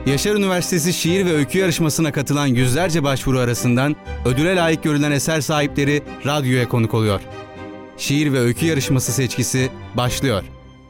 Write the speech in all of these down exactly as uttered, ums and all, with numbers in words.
Yaşar Üniversitesi Şiir ve Öykü Yarışması'na katılan yüzlerce başvuru arasından ödüle layık görülen eser sahipleri radyoya konuk oluyor. Şiir ve Öykü Yarışması seçkisi başlıyor.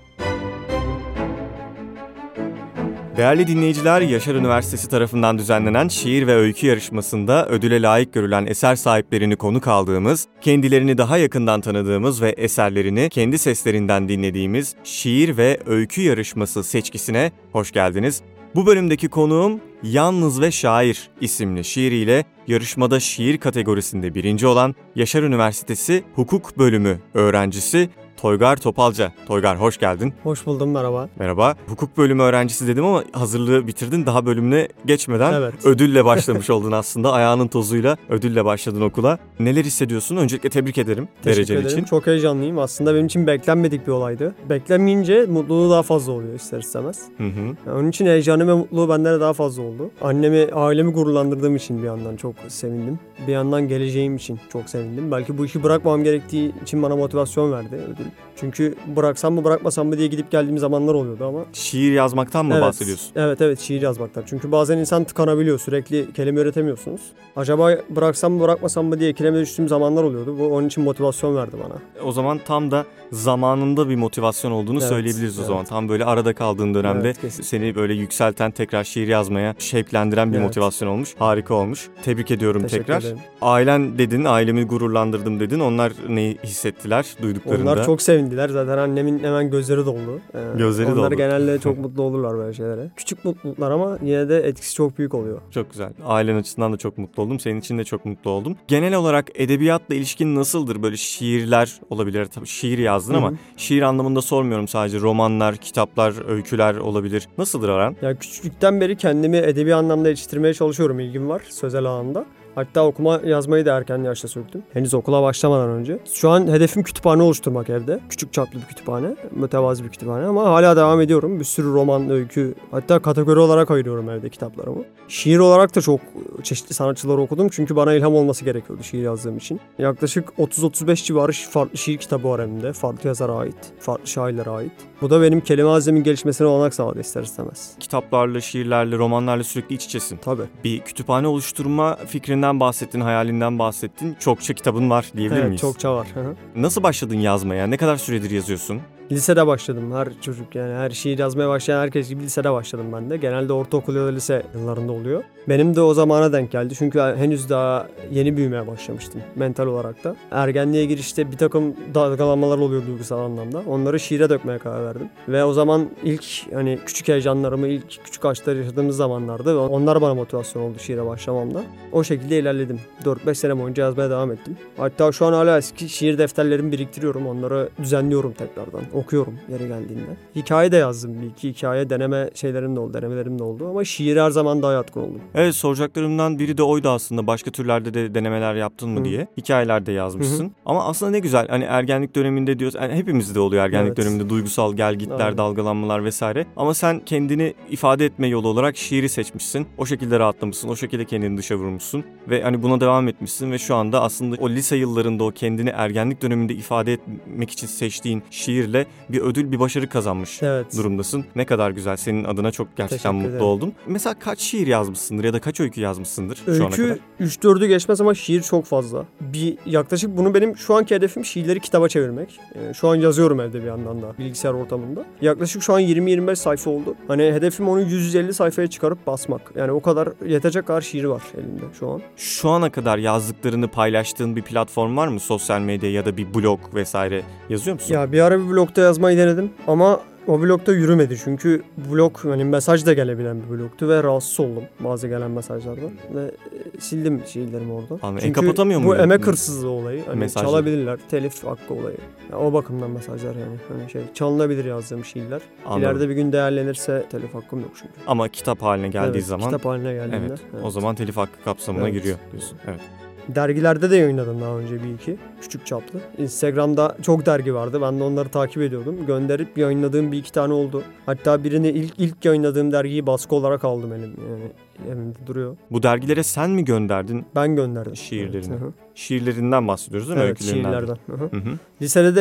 Değerli dinleyiciler, Yaşar Üniversitesi tarafından düzenlenen Şiir ve Öykü Yarışması'nda ödüle layık görülen eser sahiplerini konuk aldığımız, kendilerini daha yakından tanıdığımız ve eserlerini kendi seslerinden dinlediğimiz Şiir ve Öykü Yarışması seçkisine hoş geldiniz. Bu bölümdeki konuğum Yalnız ve Şair isimli şiiriyle yarışmada şiir kategorisinde birinci olan Yaşar Üniversitesi Hukuk Bölümü öğrencisi Toygar Topalca. Toygar, hoş geldin. Hoş buldum, merhaba. Merhaba. Hukuk bölümü öğrencisi dedim ama hazırlığı bitirdin. Daha bölümüne geçmeden evet. ödülle başlamış oldun aslında. Ayağının tozuyla ödülle başladın okula. Neler hissediyorsun? Öncelikle tebrik ederim derecen için. Çok heyecanlıyım. Aslında benim için beklenmedik bir olaydı. Beklenmeyince mutluluğu daha fazla oluyor ister istemez. Hı hı. Yani onun için heyecanı ve mutluluğu benden de daha fazla oldu. Annemi, ailemi gururlandırdığım için bir yandan çok sevindim. Bir yandan geleceğim için çok sevindim. Belki bu işi bırakmam gerektiği için bana motivasyon verdi ödül. Çünkü bıraksam mı bırakmasam mı diye gidip geldiğim zamanlar oluyordu ama. Şiir yazmaktan mı evet, bahsediyorsun? Evet evet şiir yazmaktan. Çünkü bazen insan tıkanabiliyor. Sürekli kelime üretemiyorsunuz. Acaba bıraksam mı bırakmasam mı diye ikileme düştüğüm zamanlar oluyordu. Bu onun için motivasyon verdi bana. O zaman tam da zamanında bir motivasyon olduğunu evet, söyleyebiliriz o evet. zaman. Tam böyle arada kaldığın dönemde evet, seni böyle yükselten, tekrar şiir yazmaya şevklendiren bir evet. motivasyon olmuş. Harika olmuş. Tebrik ediyorum Teşekkür tekrar. Ederim. Ailen dedin, ailemi gururlandırdım dedin. Onlar neyi hissettiler duyduklarında? Onlar çok sevindiler. Zaten annemin hemen gözleri doldu. Ee, gözleri onlar doldu. Onlar genelde çok mutlu olurlar böyle şeylere. Küçük mutluluklar ama yine de etkisi çok büyük oluyor. Çok güzel. Ailen açısından da çok mutlu oldum. Senin için de çok mutlu oldum. Genel olarak edebiyatla ilişkin nasıldır? Böyle şiirler olabilir. Tabii şiir yazdın Hı-hı. ama şiir anlamında sormuyorum sadece. Romanlar, kitaplar, öyküler olabilir. Nasıldır aran? Ya küçüklükten beri kendimi edebi anlamda yetiştirmeye çalışıyorum. İlgim var sözel alanda. Hatta okuma yazmayı da erken yaşta söktüm. Henüz okula başlamadan önce. Şu an hedefim kütüphane oluşturmak evde. Küçük çaplı bir kütüphane. Mütevazi bir kütüphane ama hala devam ediyorum. Bir sürü roman, öykü, hatta kategori olarak ayırıyorum evde kitaplarımı. Şiir olarak da çok çeşitli sanatçıları okudum. Çünkü bana ilham olması gerekiyordu şiir yazdığım için. Yaklaşık otuz otuz beş civarı farklı şiir kitabı var elimde. Farklı yazara ait, farklı şairlere ait. Bu da benim kelime hazinemin gelişmesine olanak sağladı ister istemez. Kitaplarla, şiirlerle, romanlarla sürekli iç içesin. Tabii. Bir kütüphane oluşturma fikrinden bahsettin, hayalinden bahsettin. Çokça kitabın var diyebilir evet, miyiz? Evet, çokça var. Hı-hı. Nasıl başladın yazmaya? Ne kadar süredir yazıyorsun? Lisede başladım. Her çocuk yani her şiir yazmaya başlayan herkes gibi lisede başladım ben de. Genelde ortaokul ya da lise yıllarında oluyor. Benim de o zamana denk geldi. Çünkü henüz daha yeni büyümeye başlamıştım mental olarak da. Ergenliğe girişte bir takım dalgalanmalar oluyor duygusal anlamda. Onları şiire dökmeye karar verdim. Ve o zaman ilk hani küçük heyecanlarımı, ilk küçük aşkları yaşadığımız zamanlardı. Ve onlar bana motivasyon oldu şiire başlamamda. O şekilde ilerledim. dört beş sene boyunca yazmaya devam ettim. Hatta şu an hala eski şiir defterlerimi biriktiriyorum. Onları düzenliyorum tekrardan. Okuyorum yeri geldiğinde. Hikaye de yazdım. Bir iki hikaye deneme şeylerim de oldu, denemelerim de oldu. Ama şiire her zaman daha yatkın oldum. Evet, soracaklarımdan biri de oydu aslında. Başka türlerde de denemeler yaptın mı Hı. diye. Hikayeler de yazmışsın. Hı. Ama aslında ne güzel. Hani ergenlik döneminde diyoruz. Yani hepimizde oluyor ergenlik evet. döneminde duygusal gelgitler, Aynen. dalgalanmalar vesaire. Ama sen kendini ifade etme yolu olarak şiiri seçmişsin. O şekilde rahatlamışsın. O şekilde kendini dışa vurmuşsun. Ve hani buna devam etmişsin ve şu anda aslında o lise yıllarında o kendini ergenlik döneminde ifade etmek için seçtiğin şiirle bir ödül, bir başarı kazanmış evet. durumdasın. Ne kadar güzel. Senin adına çok gerçekten Teşekkür mutlu ederim. oldum. Mesela kaç şiir yazmışsındır ya da kaç öykü yazmışsındır öykü, şu ana kadar? Öykü üç dördü geçmez ama şiir çok fazla. Bir yaklaşık bunu benim şu anki hedefim şiirleri kitaba çevirmek. Ee, şu an yazıyorum evde bir yandan da bilgisayar ortamında. Yaklaşık şu an yirmi yirmi beş sayfa oldu. Hani hedefim onu yüz yüz elli sayfaya çıkarıp basmak. Yani o kadar yetecek kadar şiir var elimde şu an. Şu ana kadar yazdıklarını paylaştığın bir platform var mı? Sosyal medya ya da bir blog vesaire yazıyor musun? Ya bir ara bir blogda yazmayı denedim ama o blogda yürümedi çünkü blog hani mesaj da gelebilen bir blogtu ve rahatsız oldum bazı gelen mesajlardan ve sildim şiirlerimi orada. Anladım. Çünkü e, kapatamıyor muyum? Bu emek hırsızlığı olayı. Hani Mesajlar. Çalabilirler. Telif hakkı olayı. Yani o bakımdan mesajlar yani. Hani şey çalınabilir yazdığım şiirler. Anladım. İleride bir gün değerlenirse telif hakkım yok çünkü. Ama kitap haline geldiği evet, zaman. kitap haline geldiğinde. Evet, evet. O zaman telif hakkı kapsamına evet. giriyor diyorsun. Evet. Dergilerde de yayınladım daha önce bir iki. Küçük çaplı. Instagram'da çok dergi vardı. Ben de onları takip ediyordum. Gönderip yayınladığım bir iki tane oldu. Hatta birini ilk ilk yayınladığım dergiyi baskı olarak aldım elim. Yani evimde duruyor. Bu dergilere sen mi gönderdin? Ben gönderdim. Şiirlerini. Evet, şiirlerinden bahsediyoruz değil mi? Evet, öykülerinden. şiirlerden. Hı hı. Hı hı. Lisede de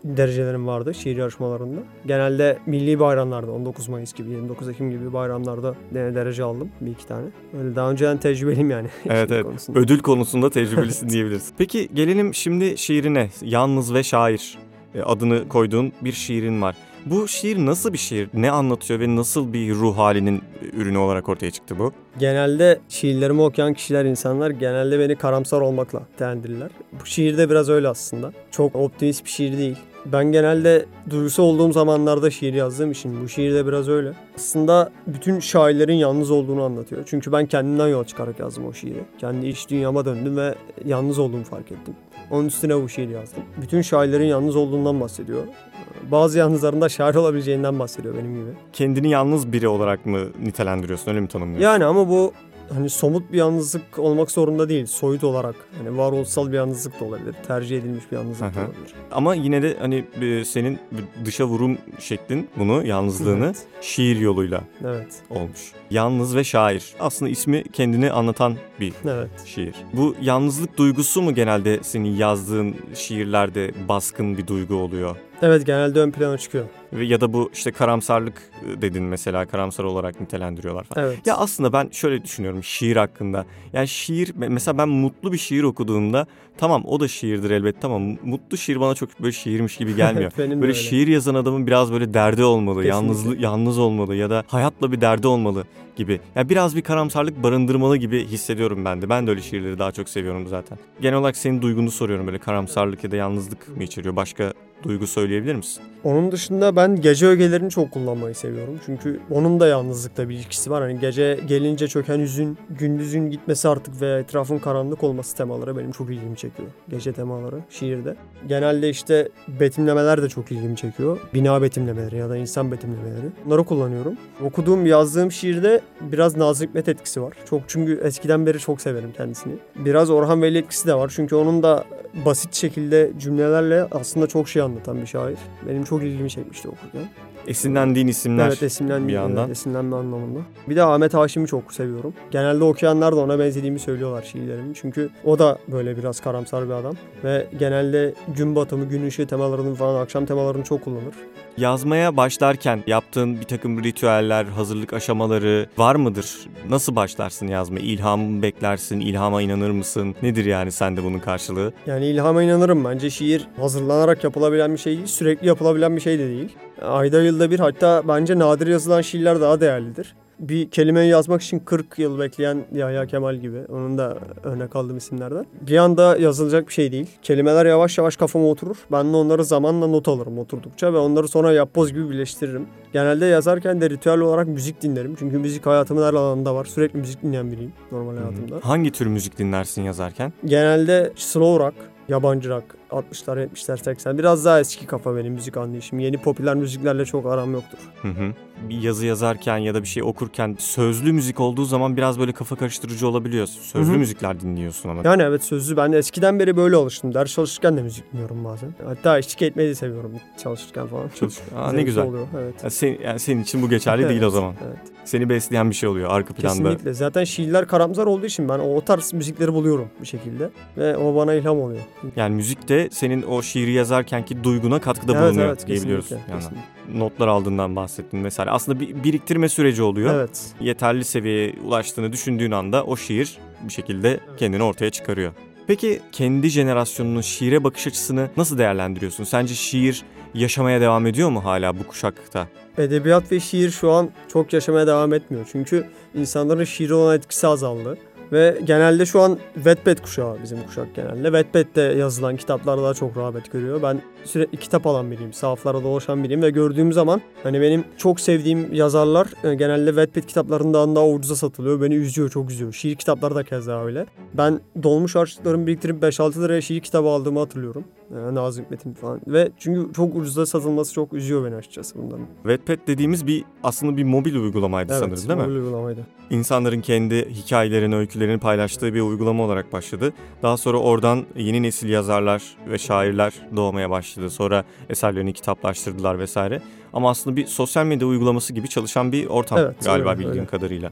derecelerim vardı şiir yarışmalarında. Genelde milli bayramlarda on dokuz Mayıs gibi, yirmi dokuz Ekim gibi bayramlarda derece aldım bir iki tane. Öyle daha önceden tecrübeliyim yani. Evet evet. Konusunda. Ödül konusunda tecrübelisin diyebiliriz. Peki gelelim şimdi şiirine. Yalnız ve Şair adını koyduğun bir şiirin var. Bu şiir nasıl bir şiir? Ne anlatıyor ve nasıl bir ruh halinin ürünü olarak ortaya çıktı bu? Genelde şiirlerimi okuyan kişiler, insanlar genelde beni karamsar olmakla beğendirirler. Bu şiir de biraz öyle aslında. Çok optimist bir şiir değil. Ben genelde duygusal olduğum zamanlarda şiir yazdığım için bu şiir de biraz öyle. Aslında bütün şairlerin yalnız olduğunu anlatıyor. Çünkü ben kendimden yola çıkarak yazdım o şiiri. Kendi iç dünyama döndüm ve yalnız olduğumu fark ettim. Onun üstüne bu şiir yazdım. Bütün şairlerin yalnız olduğundan bahsediyor. Bazı yalnızların da şair olabileceğinden bahsediyor benim gibi. Kendini yalnız biri olarak mı nitelendiriyorsun, öyle mi tanımlıyorsun? Yani ama bu hani somut bir yalnızlık olmak zorunda değil. Soyut olarak hani varoluşsal bir yalnızlık da olabilir. Tercih edilmiş bir yalnızlık da olabilir. Ama yine de hani senin dışa vurum şeklin bunu, yalnızlığını evet. şiir yoluyla evet. olmuş. Yalnız ve Şair. Aslında ismi kendini anlatan bir evet. şiir. Bu yalnızlık duygusu mu genelde senin yazdığın şiirlerde baskın bir duygu oluyor? Evet, genelde ön plana çıkıyor. Ya da bu işte karamsarlık dedin mesela, karamsar olarak nitelendiriyorlar falan. Evet. Ya aslında ben şöyle düşünüyorum şiir hakkında. Yani şiir, mesela ben mutlu bir şiir okuduğumda tamam o da şiirdir elbette ama mutlu şiir bana çok böyle şiirmiş gibi gelmiyor. Benim böyle şiir yazan adamın biraz böyle derdi olmalı, yalnız yalnız olmalı ya da hayatla bir derdi olmalı gibi. Yani biraz bir karamsarlık barındırmalı gibi hissediyorum ben de. Ben de öyle şiirleri daha çok seviyorum zaten. Genel olarak senin duygunu soruyorum, böyle karamsarlık ya da yalnızlık mı içeriyor? Başka duygu söyleyebilir misin? Onun dışında ben gece ögelerini çok kullanmayı seviyorum. Çünkü onun da yalnızlıkla bir ilişkisi var. Hani gece gelince çöken hüzün, gündüzün gitmesi artık ve etrafın karanlık olması temaları benim çok ilgimi çekiyor. Gece temaları şiirde. Genelde işte betimlemeler de çok ilgimi çekiyor. Bina betimlemeleri ya da insan betimlemeleri. Bunları kullanıyorum. Okuduğum, yazdığım şiirde biraz Nazım Hikmet etkisi var. Çok, çünkü eskiden beri çok severim kendisini. Biraz Orhan Veli etkisi de var. Çünkü onun da basit şekilde cümlelerle aslında çok şey anlatan bir şair. Benim çok ilgimi çekmişti okurken. Esinlendiğin isimler evet, esinlendiğim, bir yandan. Evet, esinlenme anlamında. Bir de Ahmet Haşim'i çok seviyorum. Genelde okuyanlar da ona benzediğimi söylüyorlar şiirlerimi. Çünkü o da böyle biraz karamsar bir adam. Ve genelde gün batımı, gün ışığı temalarını falan, akşam temalarını çok kullanır. Yazmaya başlarken yaptığın bir takım ritüeller, hazırlık aşamaları var mıdır? Nasıl başlarsın yazmaya? İlham mı beklersin? İlhama inanır mısın? Nedir yani sende bunun karşılığı? Yani ilhama inanırım. Bence şiir hazırlanarak yapılabilen bir şey değil. Sürekli yapılabilen bir şey de değil. Ayda yılda bir, hatta bence nadir yazılan şiirler daha değerlidir. Bir kelimeyi yazmak için kırk yıl bekleyen Yahya Kemal gibi. Onun da örnek aldığım isimlerden. Bir anda yazılacak bir şey değil. Kelimeler yavaş yavaş kafama oturur. Ben de onları zamanla not alırım oturdukça ve onları sonra yapboz gibi birleştiririm. Genelde yazarken de ritüel olarak müzik dinlerim. Çünkü müzik hayatımın her alanında var. Sürekli müzik dinleyen biriyim normal hayatımda. Hangi tür müzik dinlersin yazarken? Genelde slow rock, yabancı rock, altmışlar, yetmişler, seksen. Biraz daha eski kafa benim müzik anlayışım. Yeni popüler müziklerle çok aram yoktur. Hı hı. Bir yazı yazarken ya da bir şey okurken sözlü müzik olduğu zaman biraz böyle kafa karıştırıcı olabiliyor. Sözlü Hı-hı. müzikler dinliyorsun ama. Yani evet, sözlü. Ben eskiden beri böyle alıştım. Ders çalışırken de müzik dinliyorum bazen. Hatta eşlik etmeyi de seviyorum çalışırken falan. Çalış. Aa, ne güzel. Oluyor, evet. Yani, sen, yani senin için bu geçerli evet, değil o zaman. Evet. Seni besleyen bir şey oluyor arka planda. Kesinlikle. Zaten şiirler karamsar olduğu için ben o tarz müzikleri buluyorum bir şekilde. Ve o bana ilham oluyor. Yani müzik de senin o şiiri yazarkenki duyguna katkıda evet, bulunuyor evet, diyebiliyoruz. Kesinlikle, yani. kesinlikle. Notlar aldığından bahsettin mesela. Aslında bir biriktirme süreci oluyor. Evet. Yeterli seviyeye ulaştığını düşündüğün anda o şiir bir şekilde evet. kendini ortaya çıkarıyor. Peki kendi jenerasyonunun şiire bakış açısını nasıl değerlendiriyorsun? Sence şiir yaşamaya devam ediyor mu hala bu kuşakta? Edebiyat ve şiir şu an çok yaşamaya devam etmiyor. Çünkü insanların şiire olan etkisi azaldı. Ve genelde şu an Wattpad kuşağı bizim kuşak genelde. Wattpad'de yazılan kitaplar daha çok rağbet görüyor. Ben sürekli kitap alan biriyim, sahaflara dolaşan biriyim ve gördüğüm zaman hani benim çok sevdiğim yazarlar genelde Wattpad kitaplarından daha ucuza satılıyor. Beni üzüyor, çok üzüyor. Şiir kitapları da keza öyle. Ben dolmuş harçlıklarımı biriktirip beş altı liraya şiir kitabı aldığımı hatırlıyorum. Yani Nazım Hikmet'in falan. Ve çünkü çok ucuza satılması çok üzüyor beni açıkçası bundan. Wattpad dediğimiz bir aslında bir mobil uygulamaydı evet, sanırım değil mi? Evet, mobil uygulamaydı. İnsanların kendi hikayelerini, öykülerini paylaştığı bir uygulama olarak başladı. Daha sonra oradan yeni nesil yazarlar ve şairler doğmaya başladı. Sonra eserlerini kitaplaştırdılar vesaire. Ama aslında bir sosyal medya uygulaması gibi çalışan bir ortam evet, galiba öyle, bildiğim öyle. kadarıyla.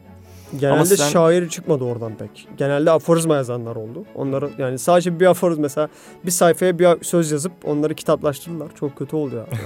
Genelde sen... şair çıkmadı oradan pek. Genelde aforizma yazanlar oldu. Onları yani sadece bir aforizma, mesela bir sayfaya bir söz yazıp onları kitaplaştırdılar. Çok kötü oldu ya.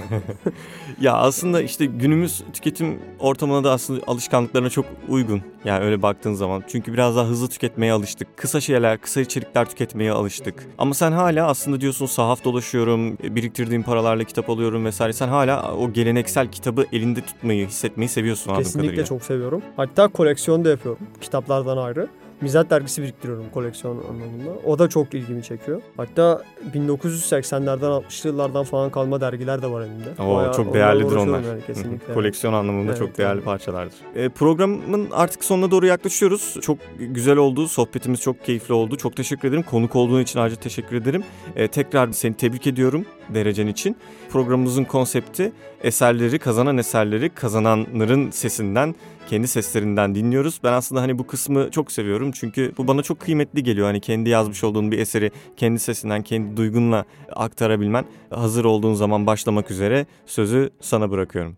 Ya aslında işte günümüz tüketim ortamına da aslında alışkanlıklarına çok uygun. Yani öyle baktığın zaman. Çünkü biraz daha hızlı tüketmeye alıştık. Kısa şeyler, kısa içerikler tüketmeye alıştık. Ama sen hala aslında diyorsun sahaf dolaşıyorum, biriktirdiğim paralarla kitap alıyorum vesaire. Sen hala o geleneksel kitabı elinde tutmayı, hissetmeyi seviyorsun anladığım kadarıyla. Kesinlikle çok seviyorum. Hatta koleksiyon da yapıyorum. Kitaplardan ayrı. Mizah dergisi biriktiriyorum koleksiyon anlamında. O da çok ilgimi çekiyor. Hatta bin dokuz yüz seksenlerden altmışlı yıllardan falan kalma dergiler de var elimde. Oo, Bayağı çok değerlidir onlar. Yani, kesinlikle. Koleksiyon anlamında evet, çok değerli evet. parçalardır. E, programın artık sonuna doğru yaklaşıyoruz. Çok güzel oldu. Sohbetimiz çok keyifli oldu. Çok teşekkür ederim. Konuk olduğun için ayrıca teşekkür ederim. E, tekrar seni tebrik ediyorum derecen için. Programımızın konsepti eserleri, kazanan eserleri kazananların sesinden, kendi seslerinden dinliyoruz. Ben aslında hani bu kısmı çok seviyorum. Çünkü bu bana çok kıymetli geliyor. Hani kendi yazmış olduğun bir eseri kendi sesinden, kendi duygunla aktarabilmen. Hazır olduğun zaman başlamak üzere sözü sana bırakıyorum.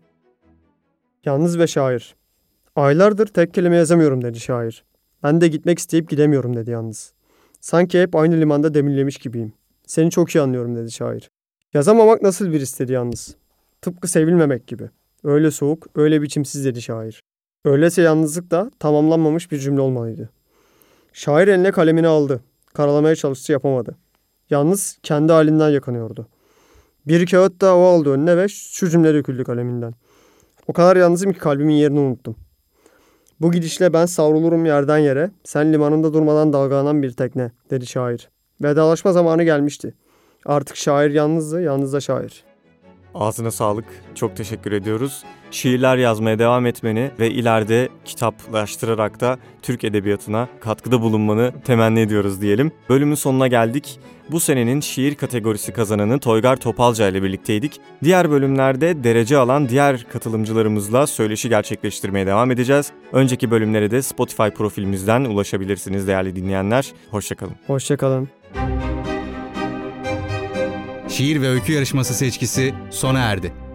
Yalnız ve şair. Aylardır tek kelime yazamıyorum dedi şair. Ben de gitmek isteyip gidemiyorum dedi yalnız. Sanki hep aynı limanda demirlemiş gibiyim. Seni çok iyi anlıyorum dedi şair. Yazamamak nasıl bir his dedi yalnız. Tıpkı sevilmemek gibi. Öyle soğuk, öyle biçimsiz dedi şair. Öyleyse yalnızlık da tamamlanmamış bir cümle olmalıydı. Şair eline kalemini aldı. Karalamaya çalıştı, yapamadı. Yalnız kendi halinden yakınıyordu. Bir kağıt da o aldı önüne ve şu cümle döküldü kaleminden. O kadar yalnızım ki kalbimin yerini unuttum. Bu gidişle ben savrulurum yerden yere, sen limanında durmadan dalgalanan bir tekne dedi şair. Vedalaşma zamanı gelmişti. Artık şair yalnızdı, yalnız da şair. Ağzına sağlık. Çok teşekkür ediyoruz. Şiirler yazmaya devam etmeni ve ileride kitaplaştırarak da Türk edebiyatına katkıda bulunmanı temenni ediyoruz diyelim. Bölümün sonuna geldik. Bu senenin şiir kategorisi kazananı Toygar Topalca ile birlikteydik. Diğer bölümlerde derece alan diğer katılımcılarımızla söyleşi gerçekleştirmeye devam edeceğiz. Önceki bölümlere de Spotify profilimizden ulaşabilirsiniz değerli dinleyenler. Hoşçakalın. Hoşçakalın. Şiir ve öykü yarışması seçkisi sona erdi.